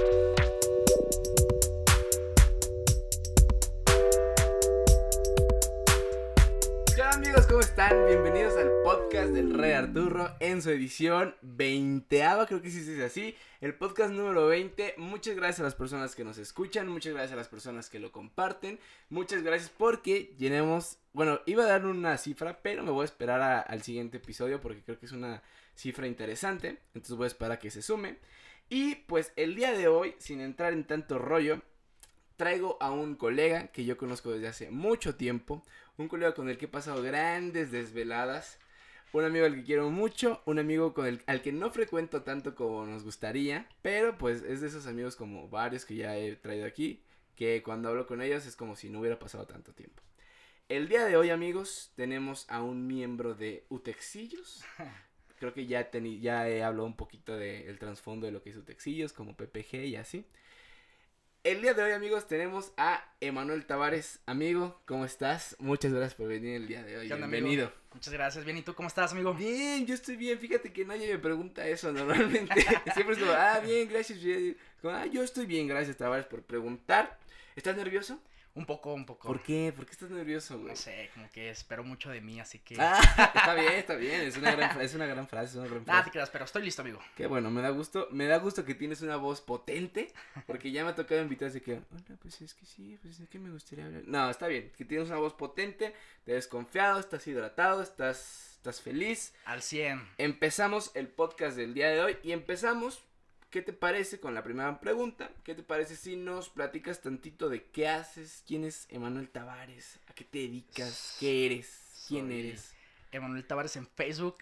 Hola amigos, ¿cómo están? Bienvenidos al podcast del Rey Arturo en su edición 20ª, creo que sí se dice así, el podcast número 20. Muchas gracias a las personas que nos escuchan, muchas gracias a las personas que lo comparten, muchas gracias porque llenemos, bueno, iba a dar una cifra, pero me voy a esperar al siguiente episodio porque creo que es una cifra interesante, entonces voy a esperar a que se sume. Y pues el día de hoy, sin entrar en tanto rollo, traigo a un colega que yo conozco desde hace mucho tiempo, un colega con el que he pasado grandes desveladas, un amigo al que quiero mucho, un amigo al que no frecuento tanto como nos gustaría, pero pues es de esos amigos como varios que ya he traído aquí, que cuando hablo con ellos es como si no hubiera pasado tanto tiempo. El día de hoy, amigos, tenemos a un miembro de Utexillos. Creo que ya he hablado un poquito del trasfondo de lo que es Utexillos, como PPG y así. El día de hoy, amigos, tenemos a Emanuel Tavares. Amigo, ¿cómo estás? Muchas gracias por venir el día de hoy. ¿Qué onda, bienvenido. Amigo? Muchas gracias. Bien, ¿y tú cómo estás, amigo? Bien, yo estoy bien. Fíjate que nadie me pregunta eso normalmente. Siempre es como, bien, gracias. Como, yo estoy bien, gracias, Tavares, por preguntar. ¿Estás nervioso? Un poco. ¿Por qué? ¿Por qué estás nervioso, güey? No sé, como que espero mucho de mí, así que... Está bien. Es una gran frase, Nada te creas, pero estoy listo, amigo. Qué bueno, me da gusto que tienes una voz potente, porque ya me ha tocado invitar así que, hola, pues es que sí, pues es que me gustaría hablar. No, está bien, que tienes una voz potente, te ves confiado, estás hidratado, estás feliz. Al 100. Empezamos el podcast del día de hoy y empezamos, ¿qué te parece con la primera pregunta? ¿Qué te parece si nos platicas tantito de qué haces? ¿Quién es Emanuel Tavares? ¿A qué te dedicas? ¿Qué eres? ¿Quién eres? Emanuel Tavares en Facebook.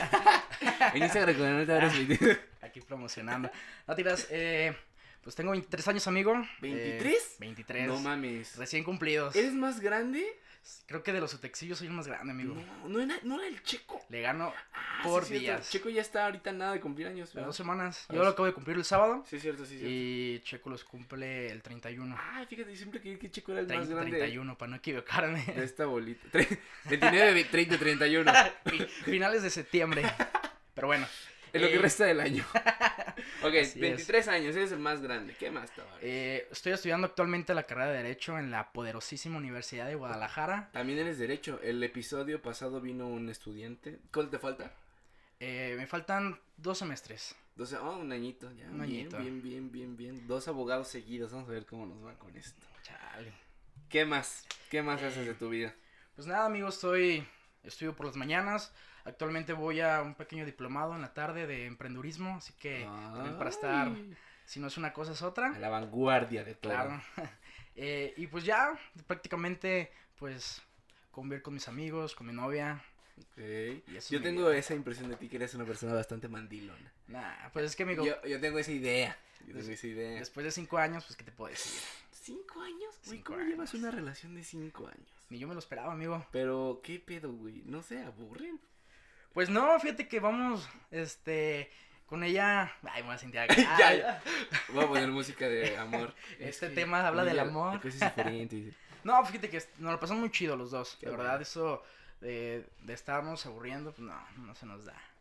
En Instagram con Emanuel Tavares. Aquí promocionando. No tiras, pues tengo 23 años, amigo. ¿23? 23. No mames. Recién cumplidos. ¿Eres más grande? Creo que de los Utexillos soy el más grande, amigo. No era el Checo. Le gano por sí, días. El Checo ya está ahorita nada de cumplir años, ¿verdad? 2 semanas. Yo lo acabo de cumplir el sábado. Sí, cierto. Y Checo los cumple el 31. Fíjate, siempre creí que Checo era el más grande. 31, para no equivocarme. De esta bolita. 29, 30, 31. Finales de septiembre. Pero bueno. Es lo que resta del año. Ok, 23 es. años, eres el más grande. ¿Qué más, Tavares? Estoy estudiando actualmente la carrera de Derecho en la poderosísima Universidad de Guadalajara. También eres Derecho. El episodio pasado vino un estudiante. ¿Cuál te falta? Me faltan 2 semestres. Un añito ya. Un añito. Bien. 2 abogados seguidos. Vamos a ver cómo nos va con esto. Chale. ¿Qué más haces de tu vida? Pues nada, amigo, estudio por las mañanas. Actualmente voy a un pequeño diplomado en la tarde de emprendurismo, así que también para estar, si no es una cosa es otra. A la vanguardia de todo. Claro. Y pues ya, prácticamente, pues, convivir con mis amigos, con mi novia. Okay. Yo tengo esa impresión de ti que eres una persona bastante mandilona. Nah, pues es que, amigo. Yo tengo esa idea. Después de 5 años, pues, ¿qué te puedo decir? ¿5 años? Güey, ¿cómo años. llevas una relación de 5 años? Ni yo me lo esperaba, amigo. Pero, ¿qué pedo, güey? ¿No se aburren? Pues no, fíjate que vamos, con ella... Ay, me voy a sentir acá. ya. Voy a poner música de amor. Tema habla del amor. Es diferente. No, fíjate que nos lo pasamos muy chido los dos. Qué de bueno. verdad, eso de estarnos aburriendo, pues no se nos da.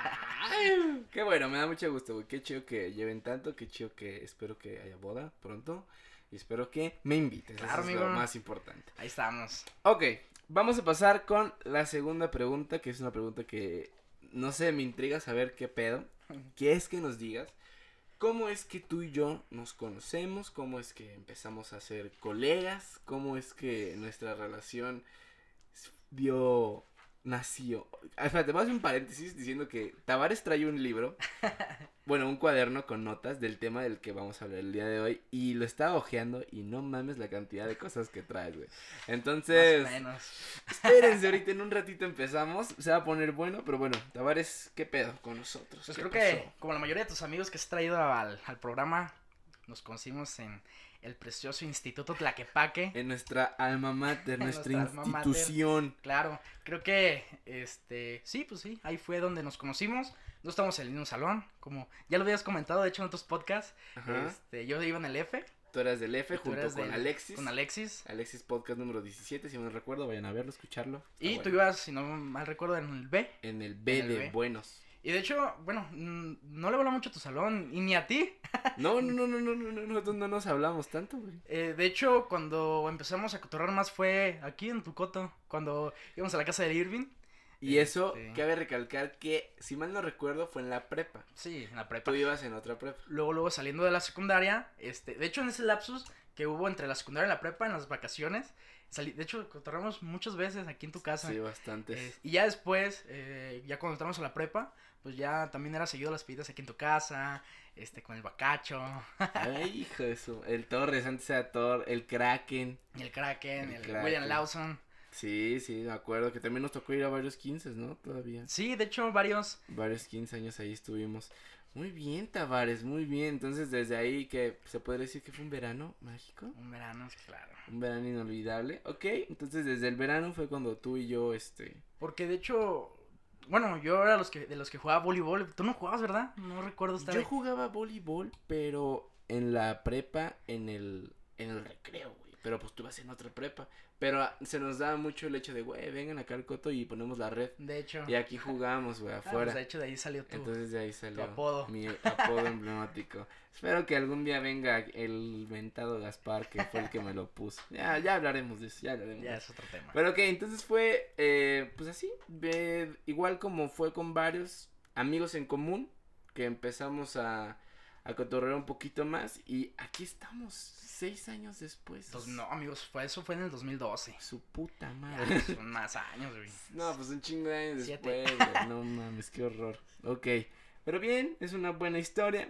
Qué bueno, me da mucho gusto, güey. Qué chido que lleven tanto, qué chido que espero que haya boda pronto. Y espero que me invites. Claro, eso es amigo. lo más importante. Ahí estamos. Ok, vamos a pasar con la segunda pregunta, que es una pregunta que, no sé, me intriga saber qué pedo. ¿Qué es que nos digas? ¿Cómo es que tú y yo nos conocemos? ¿Cómo es que empezamos a ser colegas? ¿Cómo es que nuestra relación nació? Espérate, voy a hacer un paréntesis diciendo que Tavares trae un libro, bueno, un cuaderno con notas del tema del que vamos a hablar el día de hoy, y lo estaba hojeando y no mames la cantidad de cosas que traes, güey. Entonces, Más o menos. espérense, ahorita en un ratito empezamos, se va a poner bueno, pero bueno, Tavares, ¿qué pedo con nosotros? Pues ¿Qué creo pasó? que, como la mayoría de tus amigos que has traído al programa, nos conocimos en el precioso Instituto Tlaquepaque. En nuestra alma mater, nuestra alma mater. institución. Claro, creo que, sí, ahí fue donde nos conocimos. No estamos en el mismo salón, como ya lo habías comentado, de hecho, en otros podcasts. Ajá. Yo iba en el F. Tú eras del F y tú junto eras con Alexis. Con Alexis. Alexis Podcast número 17, si no recuerdo, vayan a verlo, escucharlo. Y Está tú bueno. ibas, si no mal recuerdo, en el B. En el B en el de B. buenos. Y de hecho, bueno, no le habla mucho a tu salón, y ni a ti. No, nosotros no nos hablamos tanto, güey. De hecho, cuando empezamos a cotorrear más fue aquí en tu coto, cuando íbamos a la casa de Irving. Y eso, cabe recalcar que, si mal no recuerdo, fue en la prepa. Sí, en la prepa. Tú ibas en otra prepa. Luego saliendo de la secundaria, de hecho, en ese lapsus que hubo entre la secundaria y la prepa, en las vacaciones, de hecho, cotorreamos muchas veces aquí en tu casa. Sí, bastantes. Y ya después, ya cuando entramos a la prepa, pues ya también era seguido las pedidas aquí en tu casa, con el bacacho. Ay, hijo de eso. El Torres, antes era Thor, el Kraken. El Kraken, William Lawson. Sí, me acuerdo que también nos tocó ir a varios 15, ¿no? Todavía. Sí, de hecho, varios 15 años ahí estuvimos. Muy bien, Tavares, muy bien. Entonces, desde ahí, que se podría decir que fue un verano mágico. Un verano, claro. Un verano inolvidable. Ok, entonces desde el verano fue cuando tú y yo, Porque de hecho, bueno, yo era de los que jugaba voleibol. Tú no jugabas, ¿verdad? No recuerdo estar Yo ahí. jugaba voleibol, pero en la prepa, en el recreo, güey. Pero pues tú vas en otra prepa. Pero se nos daba mucho el hecho de, güey, vengan acá al coto y ponemos la red. De hecho. Y aquí jugamos, güey, afuera. Pues de hecho, de ahí salió Entonces de ahí salió tu apodo. Mi apodo emblemático. Espero que algún día venga el mentado Gaspar, que fue el que me lo puso. Ya hablaremos de eso, ya es otro tema. Pero ok, entonces fue, pues así, igual como fue con varios amigos en común, que empezamos a cotorrear un poquito más, y aquí estamos, 6 años después. Pues no, amigos, eso fue en el 2012. Su puta madre. Ya, son más años, güey. No, pues un chingo de años 7. después, güey. No mames, qué horror. Ok, pero bien, es una buena historia.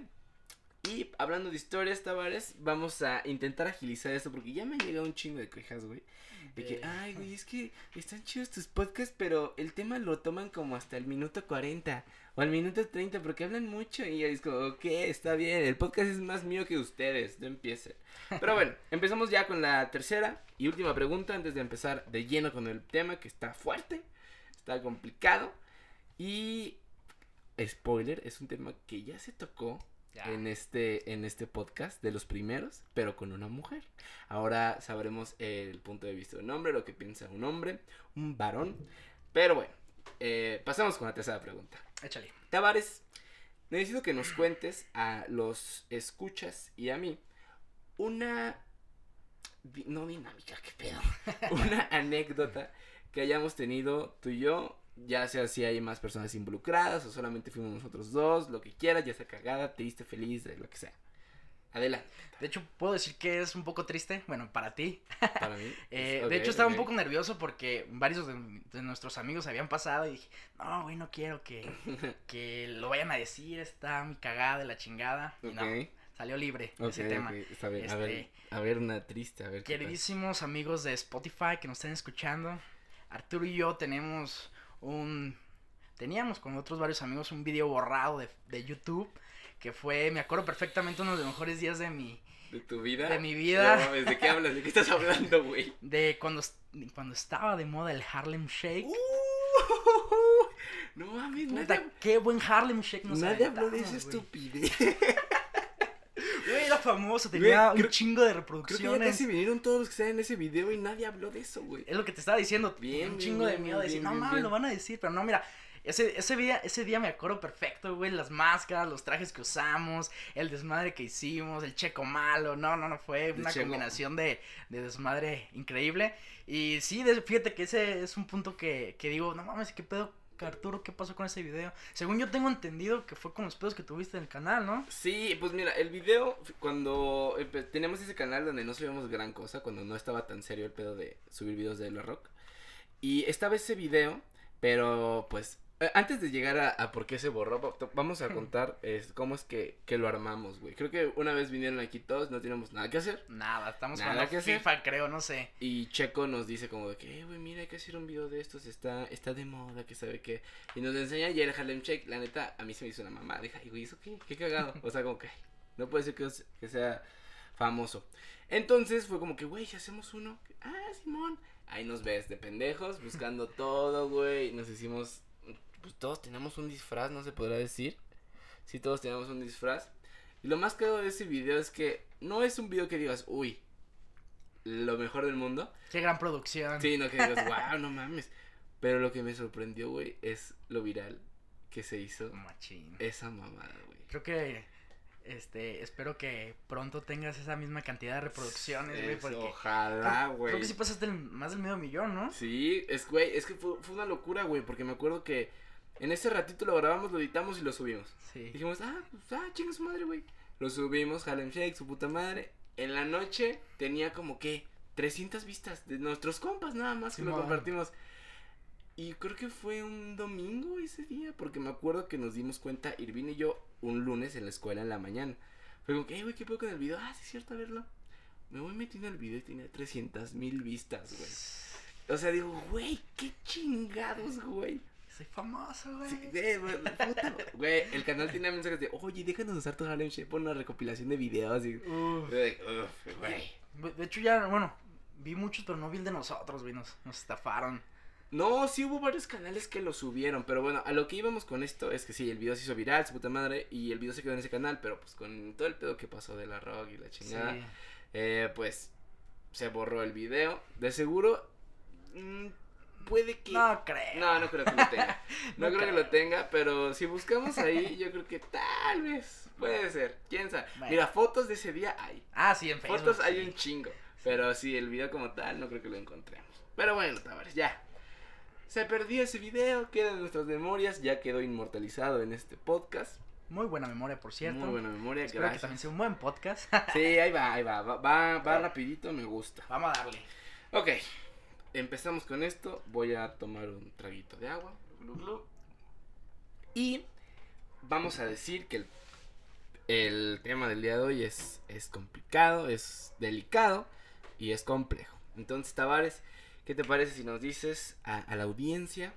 Y hablando de historias, Tavares, vamos a intentar agilizar esto porque ya me han llegado un chingo de quejas, güey. De que, ay, güey, es que están chidos tus podcasts, pero el tema lo toman como hasta el minuto 40 o al minuto 30 porque hablan mucho. Y es como, ok, está bien, el podcast es más mío que ustedes, no empiecen. Pero bueno, empezamos ya con la tercera y última pregunta antes de empezar de lleno con el tema, que está fuerte, está complicado. Y, spoiler, es un tema que ya se tocó en este podcast, de los primeros, pero con una mujer. Ahora sabremos el punto de vista de un hombre, lo que piensa un hombre, un varón. Pero bueno, pasamos con la tercera pregunta. Échale. Tavares, necesito que nos cuentes a los escuchas y a mí una una anécdota que hayamos tenido tú y yo. Ya sea si hay más personas involucradas o solamente fuimos nosotros dos, lo que quieras, ya sea cagada, triste, feliz, de lo que sea. Adelante. De hecho, puedo decir que es un poco triste, bueno, para ti. Para mí. De hecho, estaba un poco nervioso porque varios de nuestros amigos habían pasado y dije, no, güey, no quiero que lo vayan a decir, está muy cagada de la chingada. Y no, salió libre ese tema. Está bien. A ver, una triste, a ver. Queridísimos amigos de Spotify que nos estén escuchando, Arturo y yo teníamos con otros varios amigos un video borrado de YouTube que fue, me acuerdo perfectamente, uno de los mejores días de tu vida. De mi vida. No mames, ¿de qué hablas? ¿De qué estás hablando, güey? De cuando estaba de moda el Harlem Shake. No mames, qué buen Harlem Shake nos nadie habló de esa estupidez. Güey, era famoso, tenía un chingo de reproducciones. Creo que ya casi vinieron todos los que están en ese video y nadie habló de eso, güey. Es lo que te estaba diciendo. Bien, un chingo de miedo de decir, no mames, lo van a decir, pero no, mira. Ese día me acuerdo perfecto, güey, las máscaras, los trajes que usamos, el desmadre que hicimos, el checo malo, no, fue una combinación de desmadre increíble. Y sí, fíjate que ese es un punto que digo, no mames, ¿qué pedo, Arturo? ¿Qué pasó con ese video? Según yo tengo entendido que fue con los pedos que tuviste en el canal, ¿no? Sí, pues mira, el video, cuando teníamos ese canal donde no subíamos gran cosa, cuando no estaba tan serio el pedo de subir videos de La Rock, y estaba ese video, pero pues antes de llegar a por qué se borró, vamos a contar cómo es que lo armamos, güey. Creo que una vez vinieron aquí todos, no teníamos nada que hacer. Nada, estamos jugando FIFA, creo, no sé. Y Checo nos dice como de que, güey, mira, hay que hacer un video de estos, está de moda, que sabe qué. Y nos enseña y el Harlem Shake, la neta, a mí se me hizo una mamá. Dije, ay, güey, ¿eso qué? Qué cagado. O sea, como que no puede ser que sea famoso. Entonces fue como que, güey, si hacemos uno, Simón. Ahí nos ves de pendejos, buscando todo, güey. Nos hicimos... Pues todos tenemos un disfraz, ¿no se podrá decir? Sí, todos tenemos un disfraz. Y lo más cagado de ese video es que no es un video que digas, uy, lo mejor del mundo. Qué gran producción. Sí, no que digas, wow, no mames. Pero lo que me sorprendió, güey, es lo viral que se hizo Machín. esa mamada, güey. Creo que, espero que pronto tengas esa misma cantidad de reproducciones, güey, porque... Ojalá, güey. Creo que sí pasaste más del medio millón, ¿no? Sí, güey, es que fue una locura, güey, porque me acuerdo que en ese ratito lo grabamos, lo editamos y lo subimos. Sí. Dijimos, chinga su madre, güey. Lo subimos, Harlem Shake, su puta madre. En la noche tenía como que 300 vistas de nuestros compas nada más que lo compartimos. Y creo que fue un domingo ese día, porque me acuerdo que nos dimos cuenta, Irvin y yo, un lunes en la escuela en la mañana. Fue como que, güey, ¿qué pedo con el video? Sí es cierto, a verlo. Me voy metiendo el video y tenía 300,000 vistas, güey. O sea, digo, güey, qué chingados, güey. Soy famoso, güey. Sí, güey, el canal tiene mensajes de, oye, déjanos usar tu Harlem Shake, pon una recopilación de videos. Y, güey. De hecho, ya, bueno, vi muchos, pero no vi el de nosotros, güey, nos estafaron. No, sí hubo varios canales que lo subieron, pero bueno, a lo que íbamos con esto es que sí, el video se hizo viral, su puta madre, y el video se quedó en ese canal, pero pues con todo el pedo que pasó de la rock y la chingada, sí. Pues se borró el video. De seguro, puede que... No creo. No creo que lo tenga. No creo que lo tenga, pero si buscamos ahí, yo creo que tal vez puede ser. ¿Quién sabe? Bueno. Mira, fotos de ese día hay. Sí, en Facebook. Fotos hay un chingo, pero sí, el video como tal no creo que lo encontremos. Pero bueno, Tavares, ya. Se perdió ese video, queda en nuestras memorias, ya quedó inmortalizado en este podcast. Muy buena memoria, por cierto. Muy buena memoria, Espero gracias. Que también sea un buen podcast. Sí, ahí va rapidito, me gusta. Vamos a darle. Ok, empezamos con esto, voy a tomar un traguito de agua. Y vamos a decir que el tema del día de hoy es complicado, es delicado y es complejo. Entonces, Tavares, ¿qué te parece si nos dices a la audiencia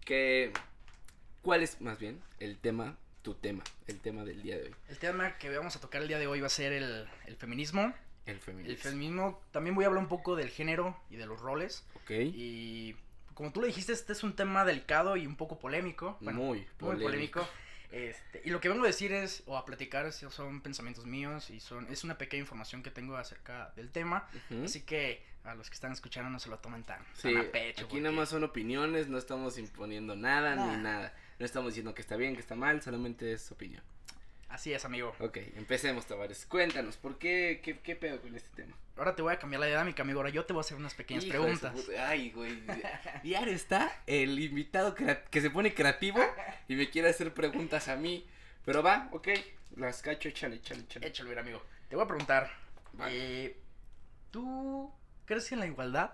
cuál es más bien el tema del día de hoy? El tema que vamos a tocar el día de hoy va a ser el feminismo. El feminismo. También voy a hablar un poco del género y de los roles. Ok. Y como tú le dijiste, este es un tema delicado y un poco polémico. Bueno, muy polémico. Y lo que vengo a decir a platicar son pensamientos míos y es una pequeña información que tengo acerca del tema. Uh-huh. Así que a los que están escuchando no se lo tomen tan a pecho. Aquí nada más son opiniones, no estamos imponiendo nada ni nada. No estamos diciendo que está bien, que está mal, solamente es opinión. Así es, amigo. Ok, empecemos, Tavares. Cuéntanos, ¿por qué pedo con este tema? Ahora te voy a cambiar la dinámica, amigo. Ahora yo te voy a hacer unas pequeñas preguntas. Ay, güey. Diario está el invitado que se pone creativo y me quiere hacer preguntas a mí. Pero va, ok, las cacho, échale. Échalo, mira, amigo. Te voy a preguntar. Vale. ¿Tú crees en la igualdad?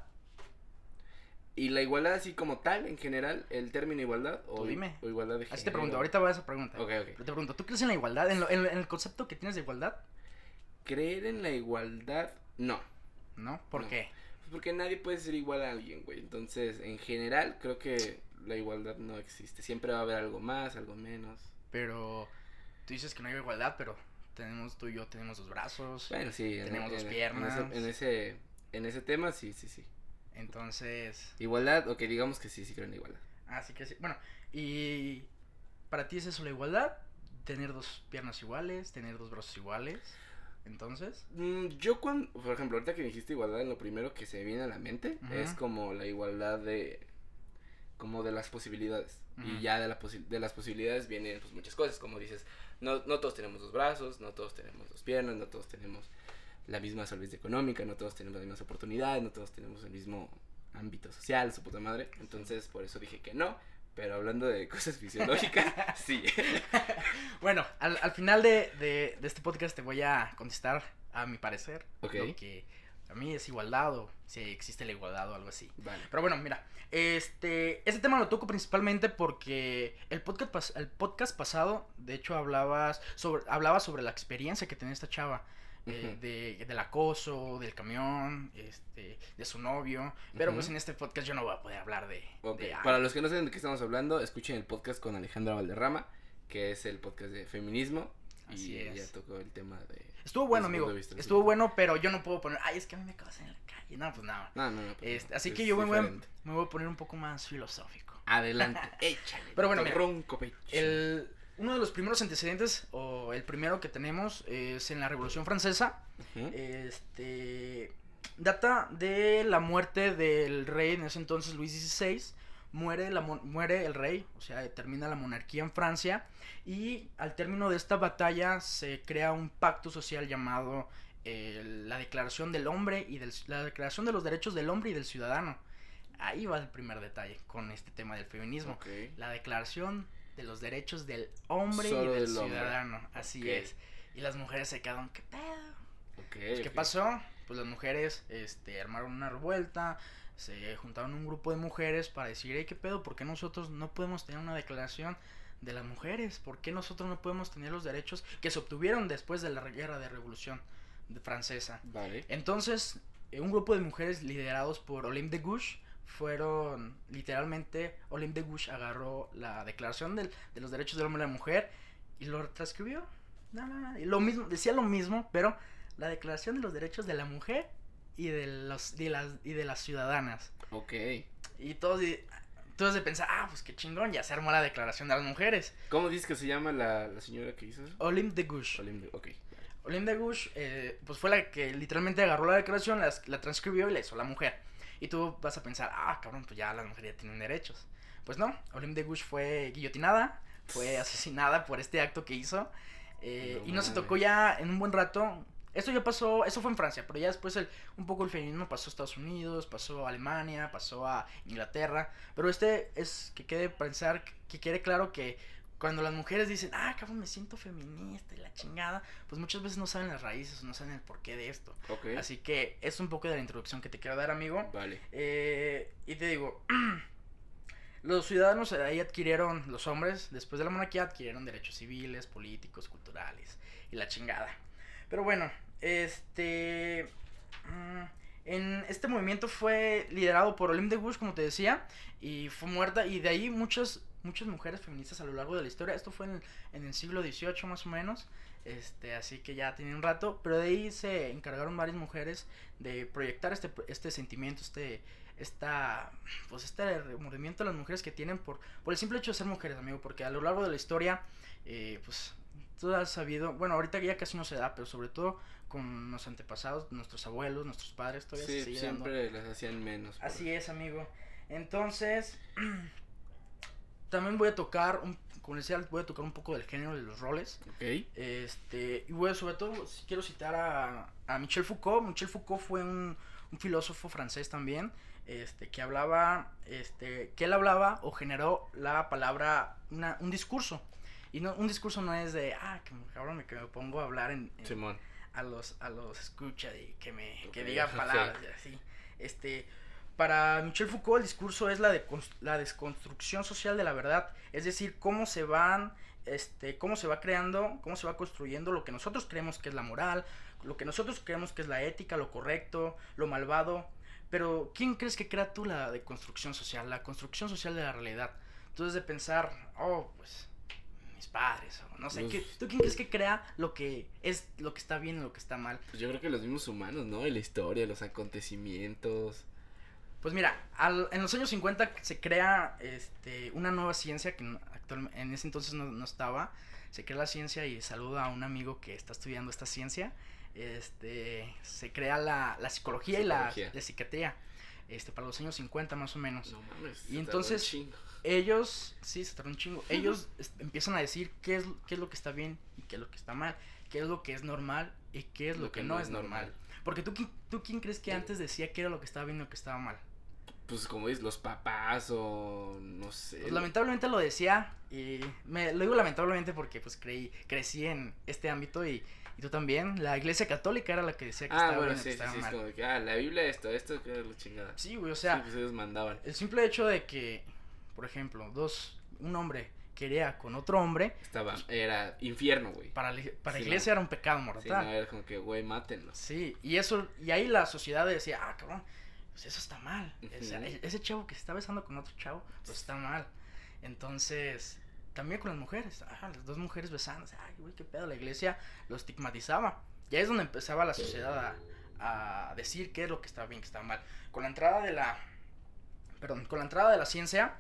¿Y la igualdad así como tal, en general, el término igualdad? O dime. ¿O igualdad de género? Así te pregunto, ahorita voy a esa pregunta. Ok. Pero te pregunto, ¿tú crees en la igualdad? ¿En el concepto que tienes de igualdad? Creer en la igualdad, no. ¿No? ¿Por qué? Pues porque nadie puede ser igual a alguien, güey. Entonces, en general, creo que la igualdad no existe. Siempre va a haber algo más, algo menos. Pero tú dices que no hay igualdad, pero tú y yo tenemos dos brazos. Bueno, sí. Tenemos dos piernas. En ese tema, sí. Entonces... ¿Igualdad? Ok, digamos que sí creo en la igualdad. Así que sí. Bueno, ¿y para ti es eso la igualdad? ¿Tener dos piernas iguales? ¿Tener dos brazos iguales? Entonces... Yo por ejemplo, ahorita que dijiste igualdad, lo primero que se viene a la mente es como la igualdad de las posibilidades. Y ya de las posibilidades vienen pues muchas cosas, como dices, no todos tenemos dos brazos, no todos tenemos dos piernas, no todos tenemos la misma solvencia económica, no todos tenemos las mismas oportunidades, no todos tenemos el mismo ámbito social, su puta madre. Entonces, por eso dije que no. Pero hablando de cosas fisiológicas, sí. Bueno, al final de este podcast te voy a contestar a mi parecer. Ok. Lo que a mí es igualdad o si existe la igualdad o algo así. Vale. Pero bueno, mira, este tema lo toco principalmente porque el podcast pasado, de hecho, hablaba sobre la experiencia que tenía esta chava. Del acoso, del camión, de su novio, pero pues en este podcast yo no voy a poder hablar de Para los que no saben de qué estamos hablando, escuchen el podcast con Alejandra Valderrama, que es el podcast de feminismo. Así es. Ya tocó el tema de... Estuvo bueno, amigo, estuvo bueno, pero yo no puedo poner, es que a mí me causa en la calle, no, pues nada. No, pues, así que yo me voy a poner un poco más filosófico. Adelante, échale. Pero bueno, mira, ronco pecho. Uno de los primeros antecedentes, o el primero que tenemos, es en la Revolución Francesa. Data de la muerte del rey en ese entonces, Luis XVI, muere el rey, o sea, termina la monarquía en Francia, y al término de esta batalla se crea un pacto social llamado la Declaración del Hombre y la Declaración de los Derechos del Hombre y del Ciudadano. Ahí va el primer detalle con este tema del feminismo. Okay. La Declaración de los Derechos del Hombre Solo y del hombre. Ciudadano. Así Okay. es. Y las mujeres se quedaron, ¿qué pedo? Okay, ¿Qué pasó? Pues las mujeres armaron una revuelta, se juntaron un grupo de mujeres para decir, hey, ¿qué pedo? ¿Por qué nosotros no podemos tener una declaración de las mujeres? ¿Por qué nosotros no podemos tener los derechos que se obtuvieron después de la guerra de revolución francesa? Vale. Entonces, un grupo de mujeres liderados por Olympe de Gouges fueron, literalmente, Olympe de Gouges agarró la declaración de los derechos del hombre y la mujer y lo transcribió. Y lo mismo, decía lo mismo, pero la declaración de los derechos de la mujer y de las ciudadanas. Ok. Y todos de pensar, pues qué chingón, ya se armó la declaración de las mujeres. ¿Cómo dices que se llama la señora que hizo eso? Olympe de Gouges. Ok. Olympe de Gouges, pues fue la que literalmente agarró la declaración, la transcribió y la hizo la mujer. Y tú vas a pensar, cabrón, pues ya las mujeres ya tienen derechos. Pues no, Olympe de Gouges fue guillotinada, fue asesinada por este acto que hizo. Y no se tocó ya en un buen rato. Esto ya pasó, eso fue en Francia, pero ya después un poco el feminismo pasó a Estados Unidos, pasó a Alemania, pasó a Inglaterra. Pero es que quede claro que cuando las mujeres dicen, cabrón, me siento feminista y la chingada, pues muchas veces no saben las raíces, no saben el porqué de esto. Okay. Así que es un poco de la introducción que te quiero dar, amigo. Vale. Y te digo, los ciudadanos ahí adquirieron, los hombres, después de la monarquía, adquirieron derechos civiles, políticos, culturales y la chingada. Pero bueno, en este movimiento fue liderado por Olympe de Gouges, como te decía, y fue muerta, y de ahí muchas mujeres feministas a lo largo de la historia. Esto fue en el siglo XVIII más o menos, así que ya tiene un rato, pero de ahí se encargaron varias mujeres de proyectar este sentimiento, este remordimiento de las mujeres que tienen por el simple hecho de ser mujeres, amigo, porque a lo largo de la historia, pues tú has sabido, bueno, ahorita ya casi no se da, pero sobre todo con los antepasados, nuestros abuelos, nuestros padres, todavía se sigue dando. Siempre las hacían menos. Así es, amigo. Entonces, también voy a tocar un poco del género de los roles. Ok. Y bueno, sobre todo quiero citar a Michel Foucault. Michel Foucault fue un filósofo francés también, que él hablaba o generó la palabra, un discurso. Y no, un discurso no es de, cabrón, que me pongo a hablar Simón. a los escucha y que diga palabras y así. Para Michel Foucault el discurso es la desconstrucción social de la verdad, es decir, cómo se va creando, cómo se va construyendo lo que nosotros creemos que es la moral, lo que nosotros creemos que es la ética, lo correcto, lo malvado. Pero ¿quién crees que crea tú la deconstrucción social, la construcción social de la realidad? Entonces de pensar, pues mis padres, o no sé, ¿tú quién crees que crea lo que está bien y lo que está mal? Pues yo creo que los mismos humanos, ¿no? Y la historia, los acontecimientos. Pues mira, en los años 50 se crea una nueva ciencia que actualmente, en ese entonces no estaba. Se crea la ciencia y saludo a un amigo que está estudiando esta ciencia. Se crea la psicología y la psiquiatría. Para los años 50 más o menos. No mames. Y entonces ellos, sí, se tardó un chingo. Ellos empiezan a decir qué es lo que está bien y qué es lo que está mal, qué es lo que es normal y qué es lo que no es normal. Porque tú quién crees que antes decía qué era lo que estaba bien y lo que estaba mal. Pues como dices, los papás o no sé. Pues lamentablemente lo decía y lo digo lamentablemente porque pues crecí en este ámbito y tú también. La iglesia católica era la que decía que estaba bien y que estaba mal. Es como que, la Biblia esto que era la chingada. Sí, güey, o sea. Sí, pues ellos mandaban. El simple hecho de que, por ejemplo, un hombre quería con otro hombre. Era infierno, güey. Para la iglesia era un pecado mortal. Sí, no, era como que, güey, mátenlo. Sí, y ahí la sociedad decía, cabrón, pues eso está mal. Uh-huh. O sea, ese chavo que se está besando con otro chavo, pues está mal. Entonces, también con las mujeres, las dos mujeres besándose, güey, qué pedo, la iglesia lo estigmatizaba. Y ahí es donde empezaba la sociedad a decir qué es lo que estaba bien, qué estaba mal. Con la entrada de la ciencia,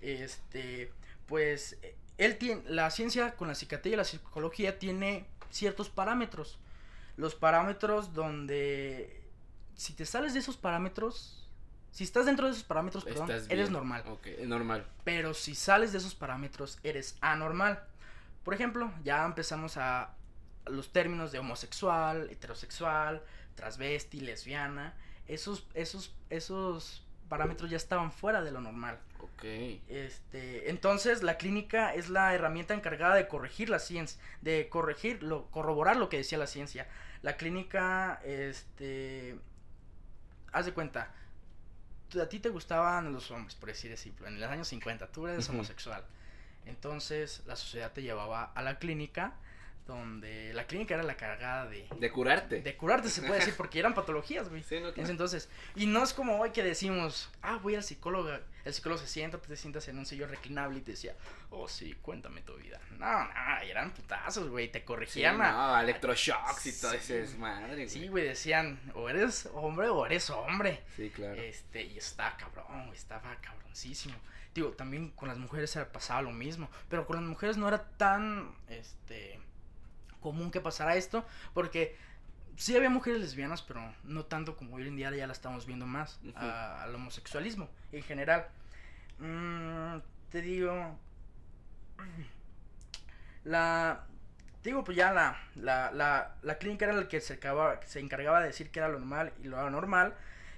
pues la ciencia con la psiquiatría y la psicología tiene ciertos parámetros. Los parámetros donde si te sales de esos parámetros Si estás dentro de esos parámetros, perdón, eres normal. Ok, normal. Pero si sales de esos parámetros, eres anormal. Por ejemplo, ya empezamos a los términos de homosexual, heterosexual, transvesti, lesbiana. Esos parámetros ya estaban fuera de lo normal. Ok. Entonces la clínica es la herramienta encargada de corregir la ciencia, corroborar lo que decía la ciencia. La clínica, haz de cuenta, a ti te gustaban los hombres, por decir decirlo, en los años 50, tú eres homosexual. Entonces la sociedad te llevaba a la clínica, donde la clínica era la cargada de curarte. De curarte, se puede decir, porque eran patologías, güey. Sí, no, claro. Entonces, y no es como hoy que decimos, voy al psicólogo. El psicólogo se sienta, te sientas en un sillón reclinable y te decía, oh, sí, cuéntame tu vida. No, eran putazos, güey, te corregían. Sí, electroshocks y todo ese desmadre, güey. Sí, güey, decían, o eres hombre o eres hombre. Sí, claro. Y estaba cabrón, güey, estaba cabroncísimo. Digo, también con las mujeres pasaba lo mismo, pero con las mujeres no era tan, común que pasara esto, porque sí había mujeres lesbianas, pero no tanto como hoy en día ya la estamos viendo más, al homosexualismo en general. Te digo, pues ya la clínica era la que se encargaba de decir que era lo normal y lo anormal,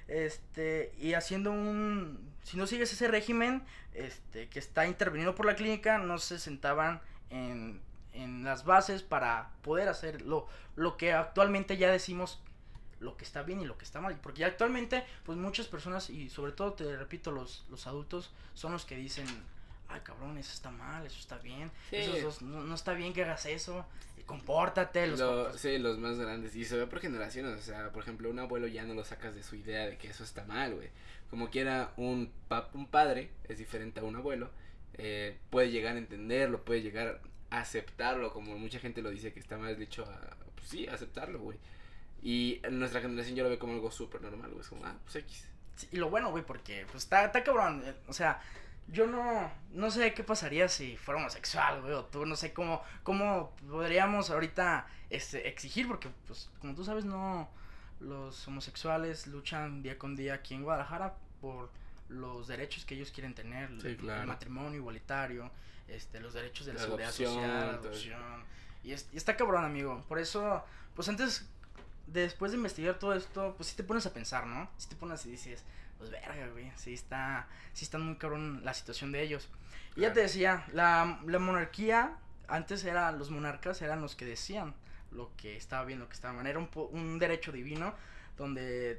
y haciendo si no sigues ese régimen, que está intervenido por la clínica, no se sentaban en las bases para poder hacer lo que actualmente ya decimos, lo que está bien y lo que está mal, porque ya actualmente pues muchas personas, y sobre todo te repito, los adultos son los que dicen, ay cabrón, eso está mal, eso está bien, sí. No está bien que hagas eso, compórtate. Los más grandes, y se ve por generaciones, o sea, por ejemplo, un abuelo ya no lo sacas de su idea de que eso está mal, güey, como quiera un padre es diferente a un abuelo, puede llegar a entenderlo, puede llegar a aceptarlo, como mucha gente lo dice que está mal dicho, pues sí, aceptarlo, güey. Y en nuestra generación yo lo veo como algo súper normal, güey, es como, pues X. Sí, y lo bueno, güey, porque pues está cabrón, o sea, yo no sé qué pasaría si fuera homosexual, güey, o tú, no sé cómo podríamos ahorita exigir, porque pues como tú sabes, no, los homosexuales luchan día con día aquí en Guadalajara por los derechos que ellos quieren tener, sí, claro. El matrimonio igualitario, los derechos de la seguridad social, adopción, y está cabrón, amigo. Por eso, pues después de investigar todo esto, pues sí te pones a pensar, ¿no? Sí te pones y dices, pues verga, güey, sí está muy cabrón la situación de ellos. Y ya te decía, la monarquía, antes los monarcas eran los que decían lo que estaba bien, lo que estaba mal. Era un derecho divino donde,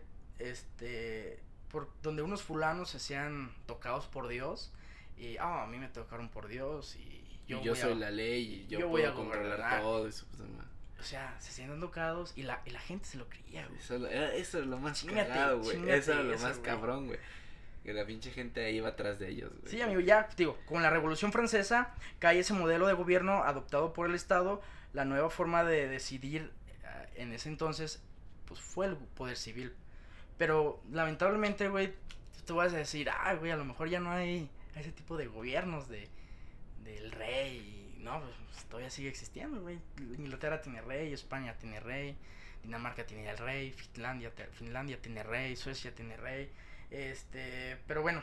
donde unos fulanos se hacían tocados por Dios. Y, a mí me tocaron por Dios y yo soy la ley y yo puedo controlar todo eso. Pues, o sea, se sienten tocados y la gente se lo creía, güey. Eso es lo más cagado, güey. Eso es lo más cabrón, güey. Que la pinche gente ahí va atrás de ellos, güey. Sí, amigo, ya, digo, con la Revolución Francesa cae ese modelo de gobierno adoptado por el Estado. La nueva forma de decidir en ese entonces, pues fue el poder civil. Pero lamentablemente, güey, tú vas a decir, güey, a lo mejor ya no hay ese tipo de gobiernos del rey. No, pues todavía sigue existiendo, güey. Inglaterra tiene rey, España tiene rey, Dinamarca tiene el rey, Finlandia tiene rey, Suecia tiene rey. Pero bueno,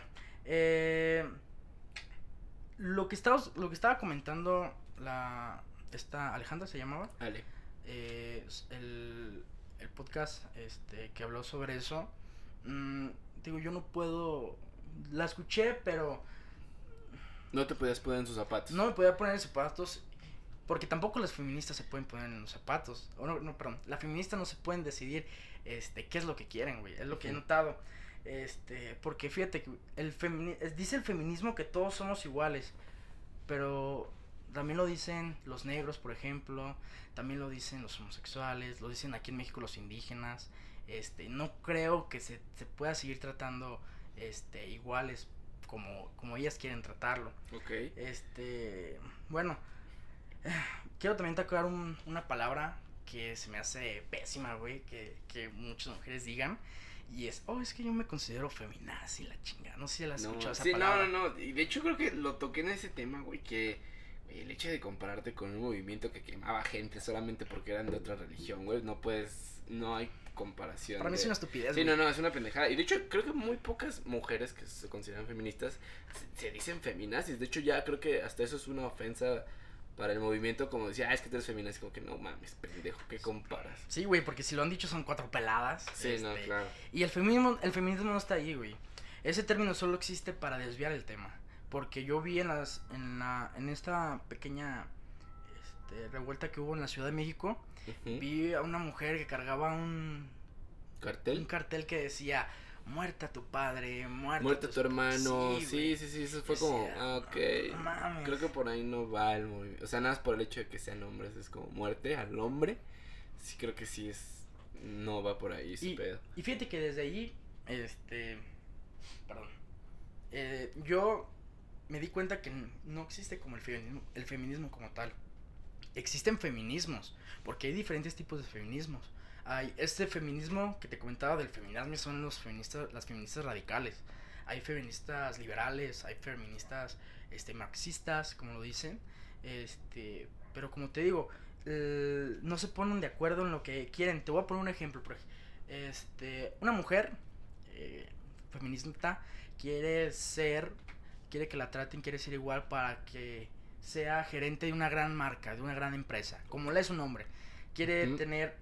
lo que estaba comentando esta Alejandra se llamaba. Ale. El podcast que habló sobre eso. Digo, yo no puedo. La escuché, pero no te podías poner en sus zapatos. No me podía poner en sus zapatos. Porque tampoco las feministas se pueden poner en los zapatos. Perdón. Las feministas no se pueden decidir qué es lo que quieren, güey. Es lo que he notado. Porque fíjate que dice el feminismo que todos somos iguales. Pero también lo dicen los negros, por ejemplo. También lo dicen los homosexuales. Lo dicen aquí en México los indígenas. No creo que se pueda seguir tratando iguales como ellas quieren tratarlo. Okay. Bueno, quiero también tocar una palabra que se me hace pésima, güey, que muchas mujeres digan, y es que yo me considero feminazi, la chinga. No sé si la has escuchado esa palabra. No, y de hecho creo que lo toqué en ese tema, güey, que el hecho de compararte con un movimiento que quemaba gente solamente porque eran de otra religión, güey, no hay comparación. Para mí es una estupidez. Sí, no, es una pendejada. Y de hecho, creo que muy pocas mujeres que se consideran feministas se dicen feminazis. De hecho, ya creo que hasta eso es una ofensa para el movimiento, como decía, es que tú eres feminazi, como que no mames, pendejo, ¿qué comparas? Sí, güey, porque si lo han dicho son 4 peladas. Sí, no, claro. Y el feminismo no está ahí, güey. Ese término solo existe para desviar el tema. Porque yo vi en esta pequeña revuelta que hubo en la Ciudad de México, vi a una mujer que cargaba un cartel que decía: muerta tu padre, muerta tu hermano. Sí, eso fue como, ok. Mames. Creo que por ahí no va el movimiento. O sea, nada más por el hecho de que sean hombres, es como muerte al hombre. Sí, creo que sí es. No va por ahí ese pedo. Y fíjate que desde ahí, perdón. Yo me di cuenta que no existe como el feminismo como tal. Existen feminismos, porque hay diferentes tipos de feminismos. Hay este feminismo que te comentaba del feminismo, son las feministas radicales. Hay feministas liberales, hay feministas marxistas, como lo dicen. Pero como te digo, no se ponen de acuerdo en lo que quieren. Te voy a poner un ejemplo. Una mujer feminista quiere que la traten, quiere ser igual para que sea gerente de una gran marca, de una gran empresa, como le es un hombre. Quiere tener,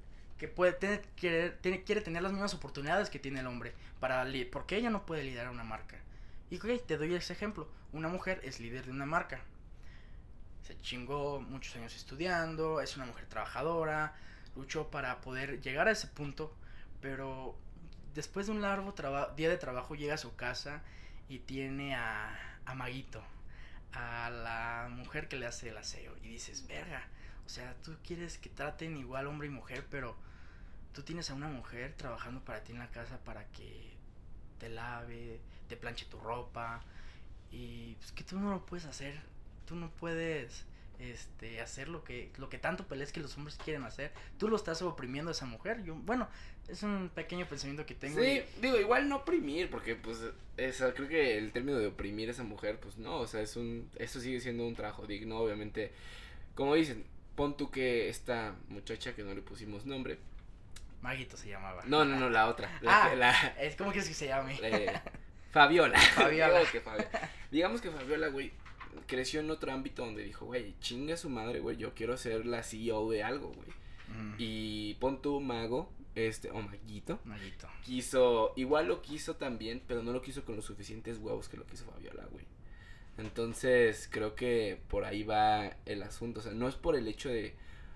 quiere tener las mismas oportunidades que tiene el hombre, porque ella no puede liderar una marca. Y te doy ese ejemplo. Una mujer es líder de una marca. Se chingó muchos años estudiando, es una mujer trabajadora, luchó para poder llegar a ese punto, pero después de un largo día de trabajo llega a su casa y tiene a Maguito, a la mujer que le hace el aseo, y dices, verga, o sea, tú quieres que traten igual hombre y mujer, pero tú tienes a una mujer trabajando para ti en la casa para que te lave, te planche tu ropa, y pues que tú no lo puedes hacer. Tú no puedes hacer lo que tanto peleas que los hombres quieren hacer. Tú lo estás oprimiendo a esa mujer. Bueno, es un pequeño pensamiento que tengo. Sí, digo, igual no oprimir, porque pues creo que el término de oprimir a esa mujer, pues no, o sea, eso sigue siendo un trabajo digno, obviamente. Como dicen, pon tú que esta muchacha que no le pusimos nombre. Maguito se llamaba. No, la otra. ¿Cómo quieres que se llame? Fabiola. Digamos que Fabiola, güey, creció en otro ámbito donde dijo, güey, chinga su madre, güey, yo quiero ser la CEO de algo, güey. Y pon tu Mago, o Maguito. Igual lo quiso también, pero no lo quiso con los suficientes huevos que lo quiso Fabiola, güey. Entonces, creo que por ahí va el asunto, o sea, no es por el hecho de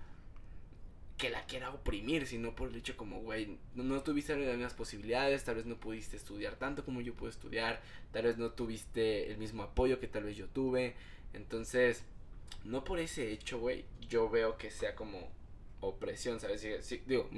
que la quiera oprimir, sino por el hecho como, güey, no tuviste las mismas posibilidades, tal vez no pudiste estudiar tanto como yo pude estudiar, tal vez no tuviste el mismo apoyo que tal vez yo tuve, entonces, no por ese hecho, güey, yo veo que sea como opresión, ¿sabes? Sí, digo,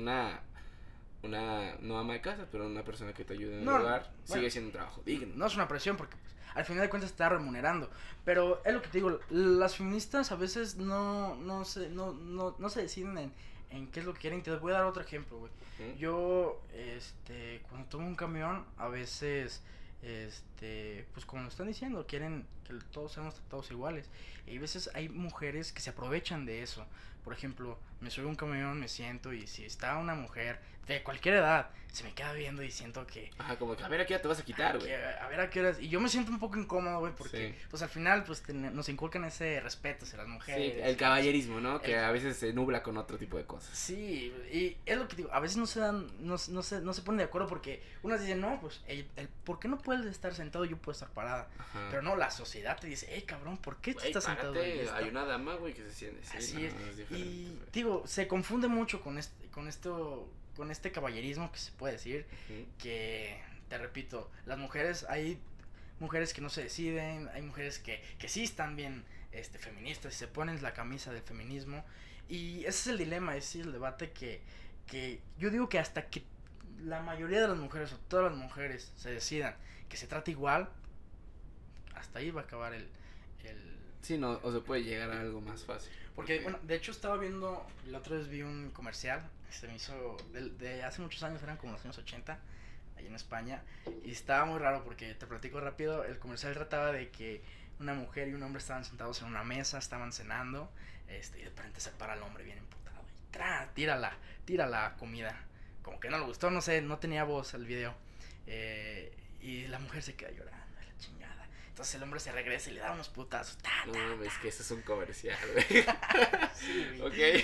no ama de casa, pero una persona que te ayude en el hogar, sigue siendo un trabajo digno. No es una presión porque pues, al final de cuentas está remunerando, pero es lo que te digo, las feministas a veces no se deciden en qué es lo que quieren. Te voy a dar otro ejemplo, güey. Yo, cuando tomo un camión, a veces, pues como lo están diciendo, quieren que todos seamos tratados iguales. Y a veces hay mujeres que se aprovechan de eso. Por ejemplo, me subo a un camión, me siento y si está una mujer de cualquier edad, se me queda viendo y siento que... Ajá, como que a ver a qué hora te vas a quitar, güey. A ver a qué horas... Y yo me siento un poco incómodo, güey, porque pues al final pues nos inculcan ese respeto hacia las mujeres. Sí, el caballerismo, ¿no? Que a veces se nubla con otro tipo de cosas. Sí, y es lo que digo, a veces no se ponen de acuerdo porque unas dicen, no, pues, ¿por qué no puedes estar sentado y yo puedo estar parada? Ajá. Pero no, la sociedad te dice, cabrón, ¿por qué estás sentado? Hay una dama, güey, que se siente. Sí, así es. Y digo, se confunde mucho con este caballerismo que se puede decir, que, te repito, las mujeres, hay mujeres que no se deciden, hay mujeres que sí están bien feministas y se ponen la camisa del feminismo, y ese es el dilema, ese es el debate que yo digo que hasta que la mayoría de las mujeres o todas las mujeres se decidan que se trate igual, hasta ahí va a acabar el... Sí, no, o se puede llegar a algo más fácil. Porque, bueno, de hecho estaba viendo, la otra vez vi un comercial, me hizo, de hace muchos años, eran como los años 80, ahí en España, y estaba muy raro porque, te platico rápido, el comercial trataba de que una mujer y un hombre estaban sentados en una mesa, estaban cenando, y de repente se para el hombre bien emputado, y tira la comida como que no le gustó, no sé, no tenía voz el video. Y la mujer se queda llorando, la chingada. Entonces el hombre se regresa y le da unos putazos. No, es que eso es un comercial, güey. Sí, Ok.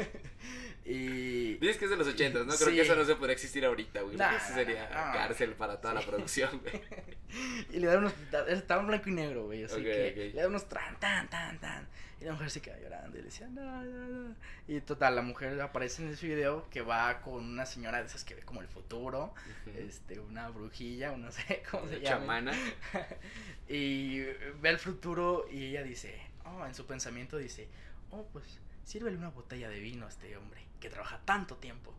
Y... Dices que es de los 80, ¿no? Creo que eso no se podría existir ahorita, güey. Nah, Eso sería cárcel para toda la producción, güey. Y le da unos putazos, estaba en blanco y negro, güey, así que Okay. le da unos tan. Y la mujer se queda llorando y le decía, no. Y total, la mujer aparece en ese video que va con una señora de esas que ve como el futuro, una brujilla, o no sé cómo se llama. Chamana. Y ve el futuro y ella dice, en su pensamiento dice, pues sírvele una botella de vino a este hombre que trabaja tanto tiempo.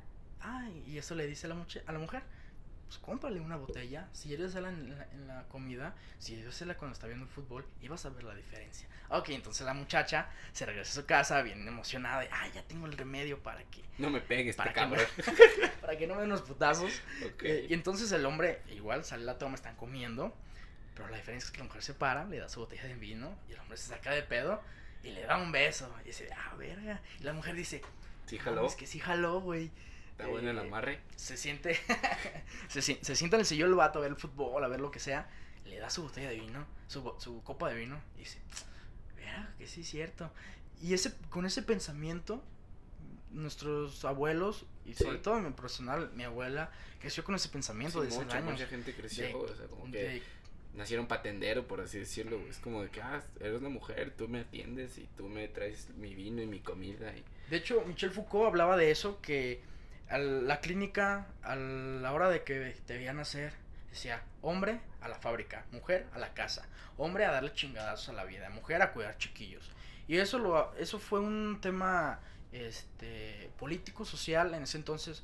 Y eso le dice a la mujer, pues cómprale una botella, si eres en la comida, si eres cuando está viendo el fútbol, y vas a ver la diferencia. Ok, entonces la muchacha se regresa a su casa bien emocionada, ya tengo el remedio para que... No me pegues, para cabrón. Para que no me den unos putazos. Okay. Y entonces el hombre, igual, sale la toma, están comiendo, pero la diferencia es que la mujer se para, le da su botella de vino, y el hombre se saca de pedo, y le da un beso, y dice, verga. Y la mujer dice, ¿sí jaló? Es que sí jaló, güey. Está bueno el amarre. Se siente se sienta en el sillón el vato a ver el fútbol, a ver lo que sea. Le da su botella de vino, su copa de vino. Y dice, verga, que sí es cierto. Y con ese pensamiento, nuestros abuelos, y sobre todo en mi personal, mi abuela, creció con ese pensamiento de esos años. Mucha gente creció, o sea, como que nacieron patendero, por así decirlo. Es como de que, eres una mujer, tú me atiendes y tú me traes mi vino y mi comida. De hecho, Michel Foucault hablaba de eso, que la clínica, a la hora de que te veían nacer, decía, hombre a la fábrica, mujer a la casa, hombre a darle chingadazos a la vida, mujer a cuidar chiquillos. Y eso fue un tema político, social en ese entonces,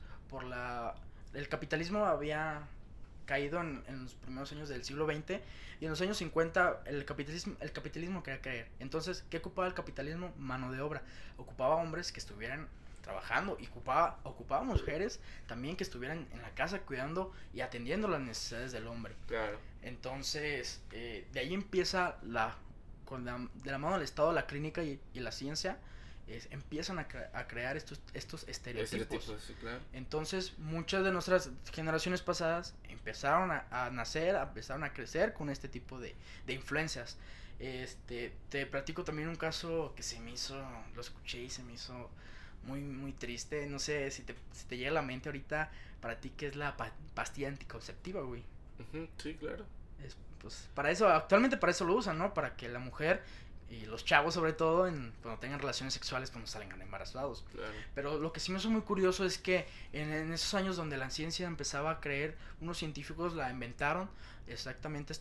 el capitalismo había caído en los primeros años del siglo XX, y en los años 50 el capitalismo quería caer. Entonces, ¿qué ocupaba el capitalismo? Mano de obra. Ocupaba hombres que estuvieran trabajando, y ocupaba mujeres también que estuvieran en la casa cuidando y atendiendo las necesidades del hombre. Claro. Entonces, de ahí empieza de la mano del Estado, la clínica y la ciencia, empiezan a crear estos estereotipos. Sí, claro. Entonces, muchas de nuestras generaciones pasadas empezaron a nacer, empezaron a crecer con este tipo de influencias. Te platico también un caso que lo escuché y se me hizo muy, muy triste. No sé si te llega a la mente ahorita, para ti, ¿qué es la pastilla anticonceptiva, güey? Sí, claro. Pues actualmente para eso lo usan, ¿no? Para que la mujer y los chavos, sobre todo, cuando tengan relaciones sexuales, cuando salgan embarazados. Claro. Pero lo que sí me hizo muy curioso es que en esos años donde la ciencia empezaba a creer, unos científicos la inventaron, estadounidenses,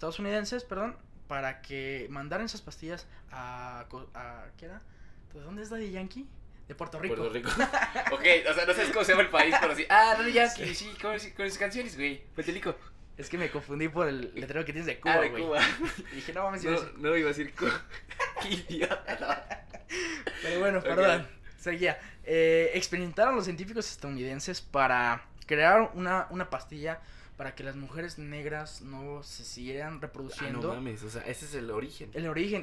para que mandaran esas pastillas a ¿qué era? ¿De dónde es Daddy Yankee? De Puerto Rico. Ok, o sea, no sabes cómo se llama el país, pero sí. Daddy Yankee, sí, con sus canciones, güey. Puerto Es que me confundí por el letrero que tienes de Cuba, güey. De Cuba. Y dije, no mames. No iba a decir Cuba. Qué idiota, no. Pero bueno, perdón. Seguía. Experimentaron los científicos estadounidenses para crear una pastilla para que las mujeres negras no se siguieran reproduciendo. No mames, o sea, ese es el origen. El origen.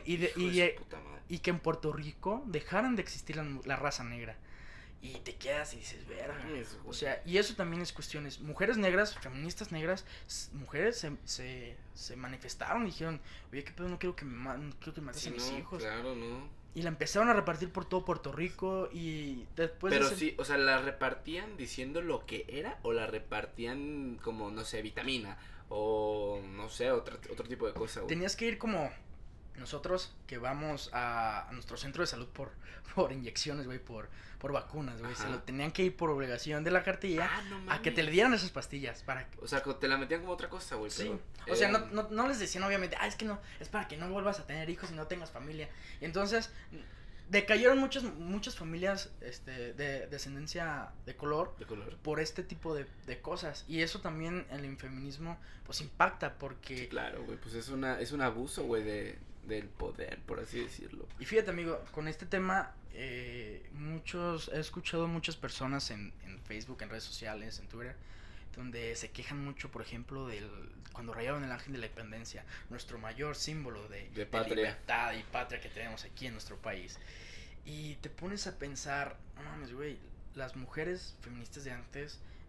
Y que en Puerto Rico dejaran de existir la raza negra. Y te quedas y dices, verga. O sea, y eso también es cuestiones. Mujeres negras, feministas negras, mujeres se manifestaron y dijeron, oye, qué pedo, no quiero que mates a mis hijos. Claro, no. Y la empezaron a repartir por todo Puerto Rico y después... Pero sí, o sea, ¿la repartían diciendo lo que era o la repartían como, no sé, vitamina o, no sé, otro tipo de cosa, güey? Tenías que ir como nosotros que vamos a nuestro centro de salud por inyecciones, güey, por vacunas, güey. Se lo tenían que ir por obligación de la cartilla a que te le dieran esas pastillas para... O sea, te la metían como otra cosa, güey. Sí, pero, o sea, no les decían obviamente, es que no, es para que no vuelvas a tener hijos y no tengas familia. Y entonces decayeron muchas familias de descendencia de color por este tipo de cosas. Y eso también el feminismo pues impacta porque... Sí, claro, güey, pues es un abuso, güey, del poder, por así decirlo. Y fíjate, amigo, con este tema he escuchado muchas personas en Facebook, en redes sociales, en Twitter, donde se quejan mucho, por ejemplo, cuando rayaron el ángel de la independencia, nuestro mayor símbolo de libertad y patria que tenemos aquí en nuestro país. Y te pones a pensar, no mames, güey, las mujeres feministas de antes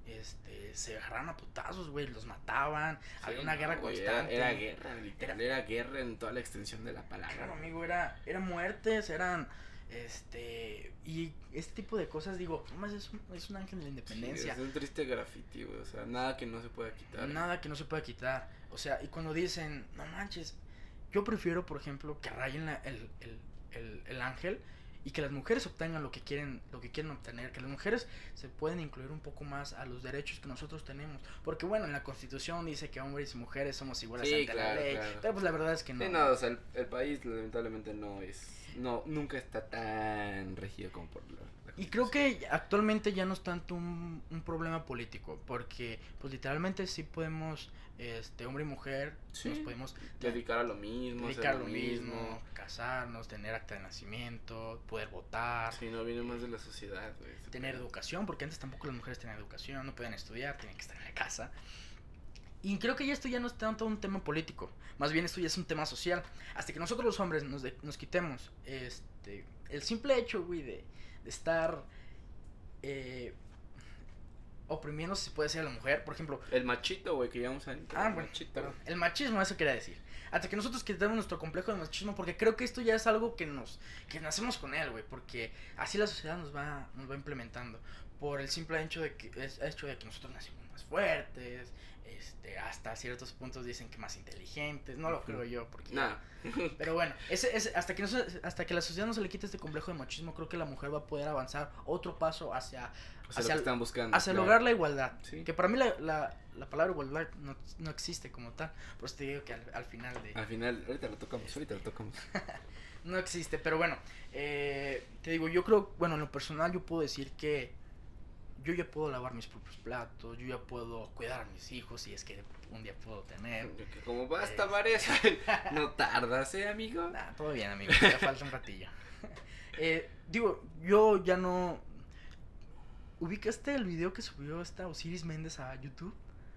se agarraban a putazos, güey, los mataban, Sí, había una guerra güey, constante. Era guerra, literal, era guerra en toda la extensión de la palabra. Claro, amigo, era muertes, eran, y este tipo de cosas, digo, nomás es un ángel de la independencia. Sí, es un triste graffiti, güey, o sea, nada que no se pueda quitar. Nada que no se pueda quitar, o sea, y cuando dicen, no manches, yo prefiero, por ejemplo, que rayen el ángel y que las mujeres obtengan lo que quieren obtener, que las mujeres se pueden incluir un poco más a los derechos que nosotros tenemos, porque bueno, en la Constitución dice que hombres y mujeres somos iguales ante la ley, claro. Pero pues la verdad es que no. Sí, no, o sea, el país lamentablemente nunca está tan regido como por la y creo que actualmente ya no es tanto un problema político, porque pues literalmente sí podemos, hombre y mujer, sí, nos podemos dedicar a lo mismo, casarnos, tener acta de nacimiento, poder votar. Sí, no viene más de la sociedad, güey. Tener educación, porque antes tampoco las mujeres tenían educación, no podían estudiar, tenían que estar en la casa. Y creo que ya esto ya no es tanto un tema político, más bien esto ya es un tema social. Hasta que nosotros los hombres nos quitemos el simple hecho, güey, de estar oprimiendo, si se puede decir, a la mujer, por ejemplo. El machito, güey, que llevamos ahí. Bueno, machito. Perdón. El machismo, eso quería decir. Hasta que nosotros quitemos nuestro complejo de machismo, porque creo que esto ya es algo que nacemos con él, güey, porque así la sociedad nos va implementando. Por el simple hecho de que nosotros nacimos más fuertes, hasta ciertos puntos dicen que más inteligentes, no lo creo yo, porque nada. Pero bueno, hasta que la sociedad no se le quite este complejo de machismo, creo que la mujer va a poder avanzar otro paso hacia lo que están buscando, hacia lograr la igualdad. Sí. Que para mí la palabra igualdad no existe como tal, por eso te digo que al final ahorita lo tocamos. No existe, pero bueno, te digo, yo creo, bueno, en lo personal yo puedo decir que yo ya puedo lavar mis propios platos, yo ya puedo cuidar a mis hijos si es que un día puedo tener. Como basta, Vanessa, no tardas, amigo. Nah, todo bien, amigo, ya falta un ratillo. Digo, yo ya no... ¿Ubicaste el video que subió esta Osiris Méndez a YouTube?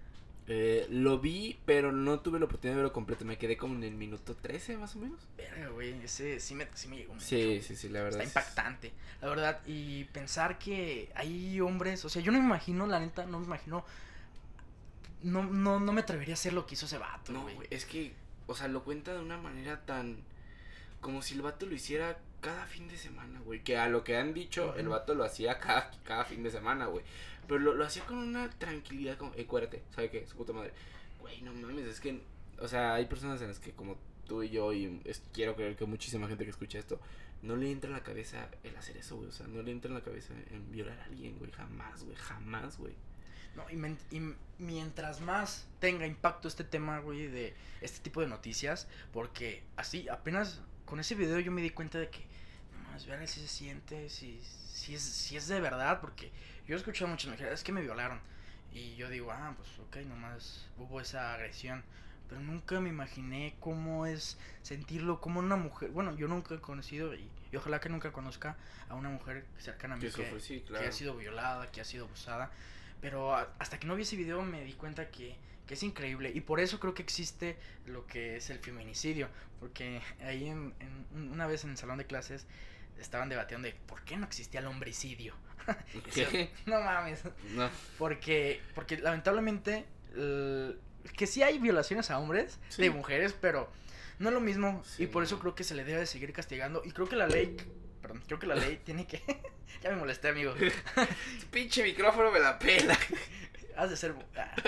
Lo vi, pero no tuve la oportunidad de verlo completo. Me quedé como en el minuto 13, más o menos. Verga, güey, ese sí me llegó mucho. Sí, la verdad. Está impactante, la verdad. Y pensar que hay hombres, o sea, yo no me imagino, la neta, no me imagino. No me atrevería a hacer lo que hizo ese vato, güey. No, es que, o sea, lo cuenta de una manera tan... Como si el vato lo hiciera cada fin de semana, güey. Que a lo que han dicho, el vato lo hacía cada fin de semana, güey. Pero lo hacía con una tranquilidad, como, cuérdate, ¿sabe qué? Su puta madre. Güey, no mames, es que, o sea, hay personas en las que como tú y yo, y quiero creer que muchísima gente que escucha esto, no le entra en la cabeza el hacer eso, güey. O sea, no le entra en la cabeza en violar a alguien, güey. Jamás, güey. No, y mientras más tenga impacto este tema, güey, de este tipo de noticias, porque así, apenas con ese video yo me di cuenta de que, nomás, vean si se siente, si es de verdad, porque yo he escuchado a muchas mujeres, es que me violaron, y yo digo, pues ok, nomás hubo esa agresión, pero nunca me imaginé cómo es sentirlo como una mujer. Bueno, yo nunca he conocido, y ojalá que nunca conozca a una mujer cercana a mí que ha sido violada, que ha sido abusada. Pero hasta que no vi ese video me di cuenta que es increíble. Y por eso creo que existe lo que es el feminicidio. Porque ahí una vez en el salón de clases estaban debatiendo de por qué no existía el homicidio. ¿Qué? No mames. No. Porque lamentablemente que sí hay violaciones a hombres, sí, de mujeres, pero no es lo mismo. Sí, y por eso creo que se le debe seguir castigando. Y creo que la ley tiene que... Ya me molesté, amigo. Tu pinche micrófono me la pela. Has de ser...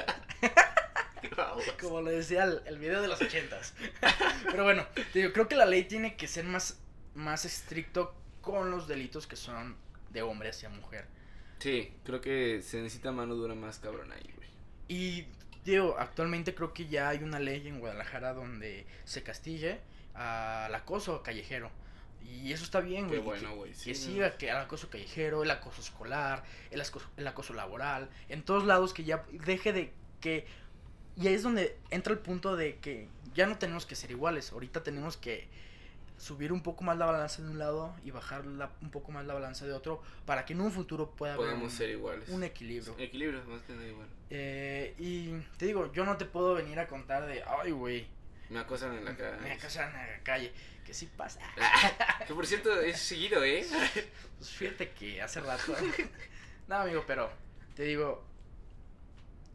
Como lo decía el video de los 80s. Pero bueno, te digo, creo que la ley tiene que ser más estricto con los delitos que son de hombre hacia mujer. Sí, creo que se necesita mano dura más cabrón ahí, güey. Y, digo, actualmente creo que ya hay una ley en Guadalajara donde se castigue al acoso callejero. Y eso está bien, güey. Qué bueno, güey. Sí, que siga que el acoso callejero, el acoso escolar, el acoso laboral, en todos lados, que ya deje de que... Y ahí es donde entra el punto de que ya no tenemos que ser iguales. Ahorita tenemos que subir un poco más la balanza de un lado y bajar un poco más la balanza de otro, para que en un futuro podamos ser iguales. Un equilibrio. Equilibrio, más que nada igual. Y te digo, yo no te puedo venir a contar de, ay, güey, me acosan en la calle. Me acosan en la calle. Que sí pasa. Que por cierto es seguido, Pues fíjate que hace rato. No, amigo, pero te digo,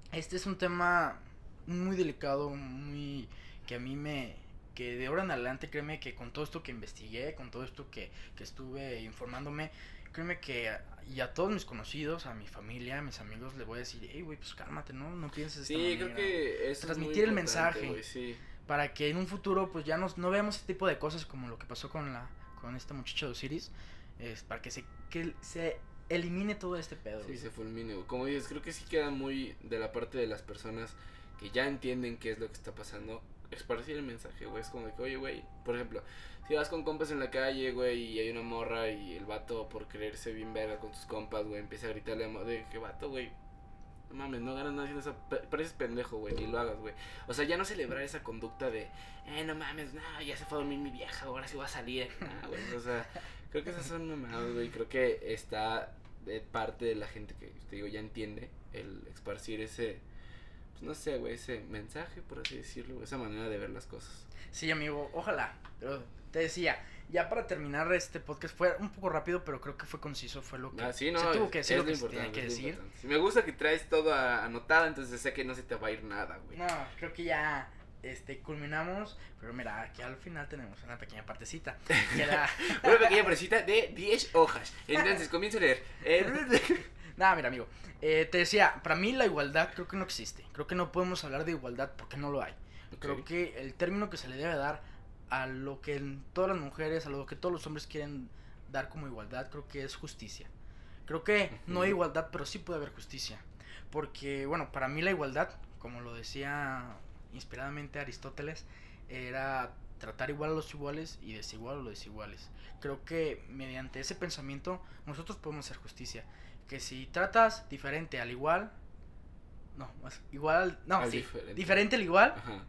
Este es un tema muy delicado, muy que a mí que de ahora en adelante, créeme que con todo esto que investigué, con todo esto que estuve informándome, créeme que y a todos mis conocidos, a mi familia, a mis amigos, les voy a decir, hey, güey, pues cálmate, no pienses de esta manera. Sí, creo que es transmitir el mensaje, wey, sí. Para que en un futuro, pues ya no veamos este tipo de cosas como lo que pasó con esta muchacha de Osiris, para que se elimine todo este pedo. Sí, se fulmine, güey. Como dices, creo que sí queda muy de la parte de las personas que ya entienden qué es lo que está pasando, esparcir el mensaje, güey. Es como de que, oye, güey, por ejemplo, si vas con compas en la calle, güey, y hay una morra y el vato por creerse bien verga con sus compas, güey, empieza a gritarle a de que vato, güey, no mames, no ganas nada haciendo eso, pareces pendejo, güey, ni lo hagas, güey. O sea, ya no celebrar esa conducta de, no mames, no, ya se fue a dormir mi vieja, ahora sí va a salir, nah, güey, o sea, creo que esas son mamadas, güey, creo que está de parte de la gente que, te digo, ya entiende el esparcir ese, pues no sé, güey, ese mensaje, por así decirlo, esa manera de ver las cosas. Sí, amigo, ojalá, pero te decía, ya para terminar este podcast fue un poco rápido, pero creo que fue conciso, fue lo que sí, no, se tuvo que decir, lo que se tenía que decir. Sí, me gusta que traes todo anotado, entonces sé que no se te va a ir nada, güey. No, creo que ya culminamos, pero mira, aquí al final tenemos una pequeña partecita. Una pequeña partecita de 10 hojas. Entonces, comienzo a leer. Nada, mira, amigo, te decía, para mí la igualdad creo que no existe. Creo que no podemos hablar de igualdad porque no lo hay. Okay. Creo que el término que se le debe dar a lo que todas las mujeres, a lo que todos los hombres quieren dar como igualdad, creo que es justicia. Creo que no hay igualdad, pero sí puede haber justicia. Porque, bueno, para mí la igualdad, como lo decía inspiradamente Aristóteles, era tratar igual a los iguales y desigual a los desiguales. Creo que mediante ese pensamiento nosotros podemos hacer justicia. Que si tratas diferente al igual, no, más igual, no, al sí, diferente al igual, ajá.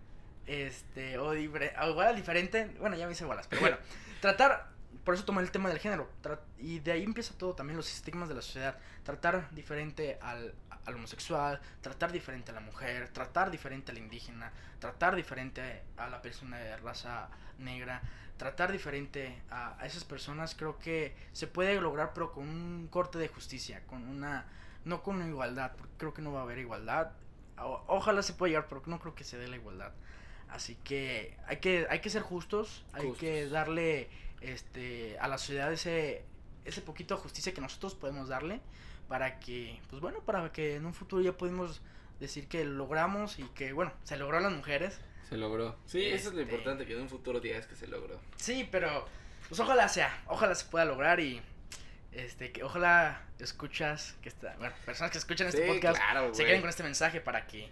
O igual al diferente, bueno, ya me hice igualas, pero bueno, tratar, por eso tomé el tema del género, y de ahí empieza todo, también los estigmas de la sociedad, tratar diferente al homosexual, tratar diferente a la mujer, tratar diferente al indígena, tratar diferente a la persona de raza negra, tratar diferente a esas personas, creo que se puede lograr, pero con un corte de justicia, no con una igualdad, porque creo que no va a haber igualdad. Ojalá se pueda llegar, pero no creo que se dé la igualdad. Así que hay que ser justos, hay que darle a la sociedad ese poquito de justicia que nosotros podemos darle, para que, pues bueno, para que en un futuro ya podemos decir que logramos y que, bueno, se logró a las mujeres. Se logró. Sí, eso es lo importante, que en un futuro digas que se logró. Sí, pero pues ojalá se pueda lograr y que ojalá escuchas personas que escuchan este podcast, claro, se queden con este mensaje para que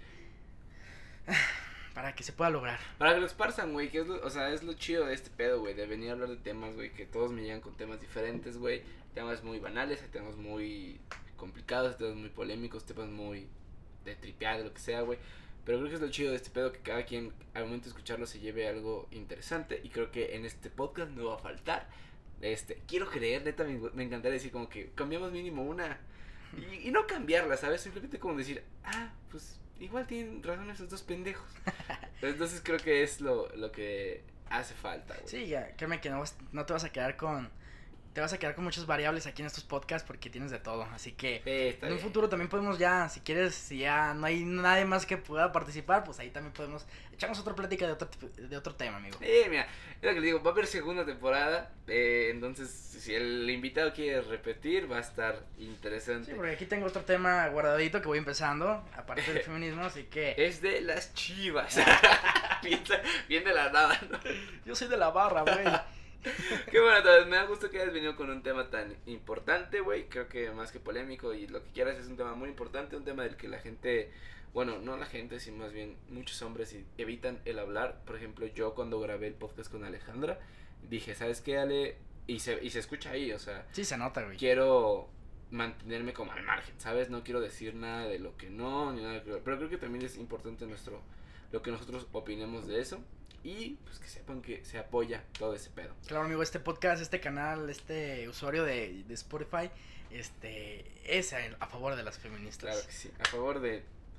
se pueda lograr. Para que lo esparzan, güey, que es lo chido de este pedo, güey, de venir a hablar de temas, güey, que todos me llegan con temas diferentes, güey, temas muy banales, temas muy complicados, temas muy polémicos, temas muy de tripear, de lo que sea, güey. Pero creo que es lo chido de este pedo, que cada quien al momento de escucharlo se lleve algo interesante. Y creo que en este podcast no va a faltar. Quiero creer, neta, me encantaría decir como que cambiamos mínimo una. Y no cambiarla, ¿sabes? Simplemente como decir, pues igual tienen razón esos dos pendejos. Entonces creo que es lo que hace falta, güey. Sí, ya, créeme que no te vas a quedar con... Te vas a quedar con muchas variables aquí en estos podcasts porque tienes de todo, así que en un futuro también podemos ya, si quieres, si ya no hay nadie más que pueda participar, pues ahí también podemos echarnos otra plática de otro tema, amigo. Mira, es lo que le digo, va a haber segunda temporada, entonces si el invitado quiere repetir va a estar interesante. Sí, porque aquí tengo otro tema guardadito que voy empezando, aparte del feminismo, así que... Es de las chivas, bien de la nada, ¿no? Yo soy de la barra, güey. Qué bueno, entonces me da gusto que hayas venido con un tema tan importante, güey. Creo que más que polémico y lo que quieras, es un tema muy importante, un tema del que la gente, bueno, no la gente, sino más bien muchos hombres evitan el hablar. Por ejemplo, yo cuando grabé el podcast con Alejandra, dije, ¿sabes qué, Ale? Y se escucha ahí, o sea. Sí, se nota, güey. Quiero mantenerme como al margen, ¿sabes? No quiero decir nada de lo que no, ni nada. Pero creo que también es importante lo que nosotros opinemos de eso. Y pues que sepan que se apoya todo ese pedo. Claro, amigo, este podcast, este canal, este usuario de Spotify, es a favor de las feministas. Claro que sí, a favor de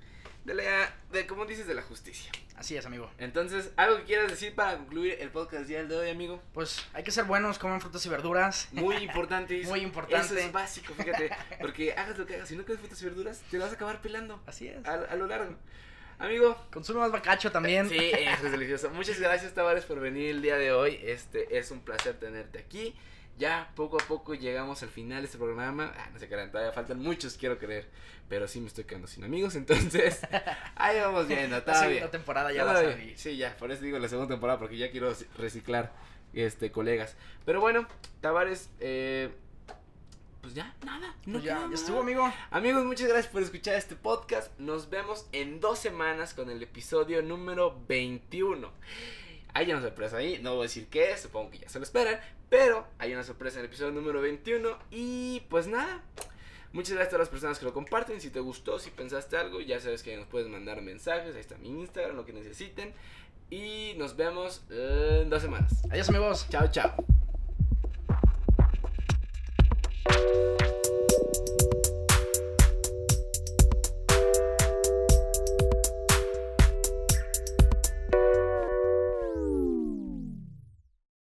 como dices, de la justicia. Así es, amigo. Entonces, ¿algo que quieras decir para concluir el podcast del día de hoy, amigo? Pues hay que ser buenos, coman frutas y verduras. Muy importante. Muy importante. Eso es básico, fíjate. Porque hagas lo que hagas, si no comes frutas y verduras, te vas a acabar pelando. Así es. A lo largo. Amigo. Consume más bacacho también. Sí, eso es delicioso. Muchas gracias, Tavares, por venir el día de hoy. Es un placer tenerte aquí. Ya poco a poco llegamos al final de este programa. No se crean, todavía faltan muchos, quiero creer. Pero sí me estoy quedando sin amigos, entonces ahí vamos viendo. La segunda temporada ya va a salir. Sí, ya, por eso digo la segunda temporada, porque ya quiero reciclar colegas. Pero bueno, Tavares, pues ya, nada. Pues ya estuvo, amigo. Amigos, muchas gracias por escuchar este podcast. Nos vemos en 2 semanas con el episodio número 21. Hay una sorpresa ahí, no voy a decir qué es, supongo que ya se lo esperan, pero hay una sorpresa en el episodio número 21 y pues nada, muchas gracias a todas las personas que lo comparten. Si te gustó, si pensaste algo, ya sabes que nos puedes mandar mensajes, ahí está mi Instagram, lo que necesiten y nos vemos en 2 semanas. Adiós, amigos. Chao, chao.